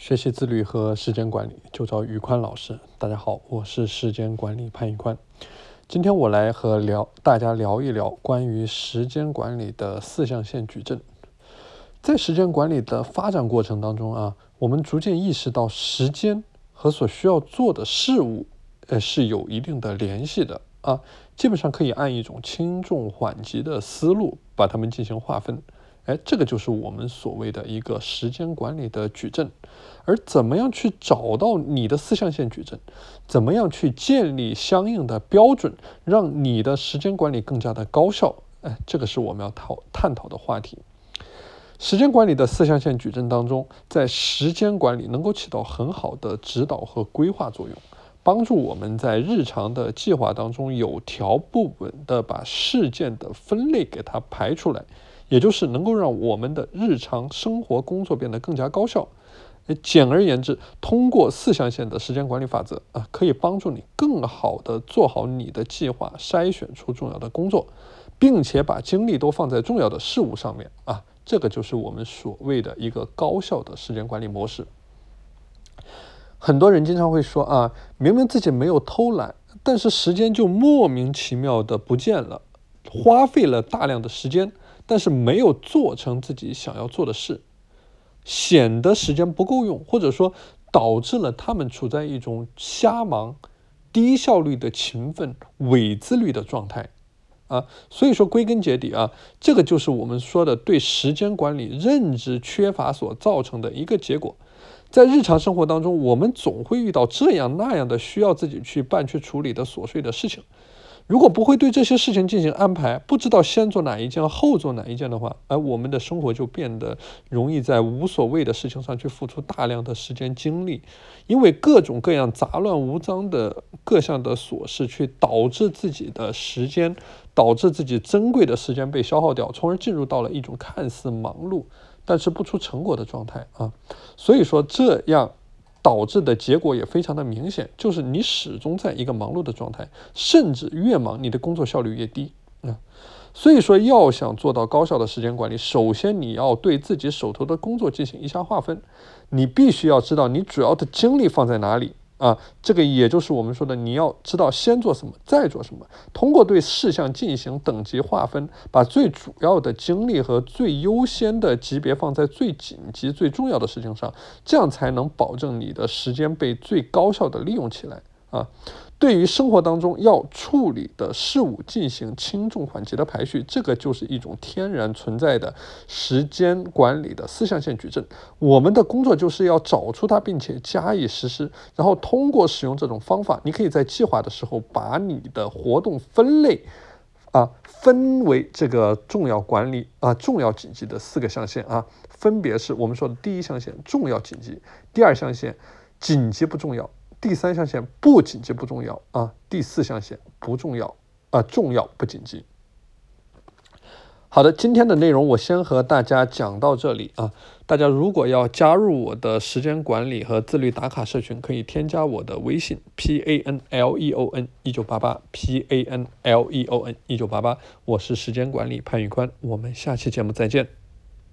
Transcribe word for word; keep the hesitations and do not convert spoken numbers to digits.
学习自律和时间管理就找宇宽老师。大家好，我是时间管理潘宇宽。今天我来和聊大家聊一聊关于时间管理的四象限矩阵。在时间管理的发展过程当中啊，我们逐渐意识到时间和所需要做的事物，呃，是有一定的联系的啊。基本上可以按一种轻重缓急的思路把它们进行划分。哎，这个就是我们所谓的一个时间管理的矩阵。而怎么样去找到你的四象限矩阵，怎么样去建立相应的标准，让你的时间管理更加的高效，哎，这个是我们要讨探讨的话题。时间管理的四象限矩阵当中，在时间管理能够起到很好的指导和规划作用，帮助我们在日常的计划当中有条不紊的把事件的分类给它排出来，也就是能够让我们的日常生活工作变得更加高效。简而言之，通过四象限的时间管理法则啊，可以帮助你更好的做好你的计划，筛选出重要的工作，并且把精力都放在重要的事物上面啊，这个就是我们所谓的一个高效的时间管理模式。很多人经常会说啊，明明自己没有偷懒，但是时间就莫名其妙的不见了，花费了大量的时间，但是没有做成自己想要做的事。显得时间不够用，或者说导致了他们处在一种瞎忙、低效率的勤奋、伪自律的状态啊。所以说归根结底啊，这个就是我们说的对时间管理认知缺乏所造成的一个结果。在日常生活当中，我们总会遇到这样那样的需要自己去办去处理的琐碎的事情。如果不会对这些事情进行安排，不知道先做哪一件后做哪一件的话，而我们的生活就变得容易在无所谓的事情上去付出大量的时间精力，因为各种各样杂乱无章的各项的琐事去导致自己的时间，导致自己珍贵的时间被消耗掉，从而进入到了一种看似忙碌但是不出成果的状态啊。所以说这样导致的结果也非常的明显，就是你始终在一个忙碌的状态，甚至越忙你的工作效率越低啊。所以说要想做到高效的时间管理，首先你要对自己手头的工作进行一下划分，你必须要知道你主要的精力放在哪里啊，这个也就是我们说的你要知道先做什么再做什么，通过对事项进行等级划分，把最主要的精力和最优先的级别放在最紧急最重要的事情上，这样才能保证你的时间被最高效的利用起来啊。对于生活当中要处理的事物进行轻重缓急的排序，这个就是一种天然存在的时间管理的四象限矩阵。我们的工作就是要找出它，并且加以实施，然后通过使用这种方法，你可以在计划的时候把你的活动分类啊，分为这个重要管理啊、重要紧急的四个象限啊，分别是我们说的第一象限重要紧急，第二象限紧急不重要，第三象限不紧急不重要啊，第四象限不重要啊，重要不紧急。好的，今天的内容我先和大家讲到这里啊。大家如果要加入我的时间管理和自律打卡社群，可以添加我的微信 P A N L E O N 一九八八 P A N L E O N 一九八八，我是时间管理潘宇宽，我们下期节目再见。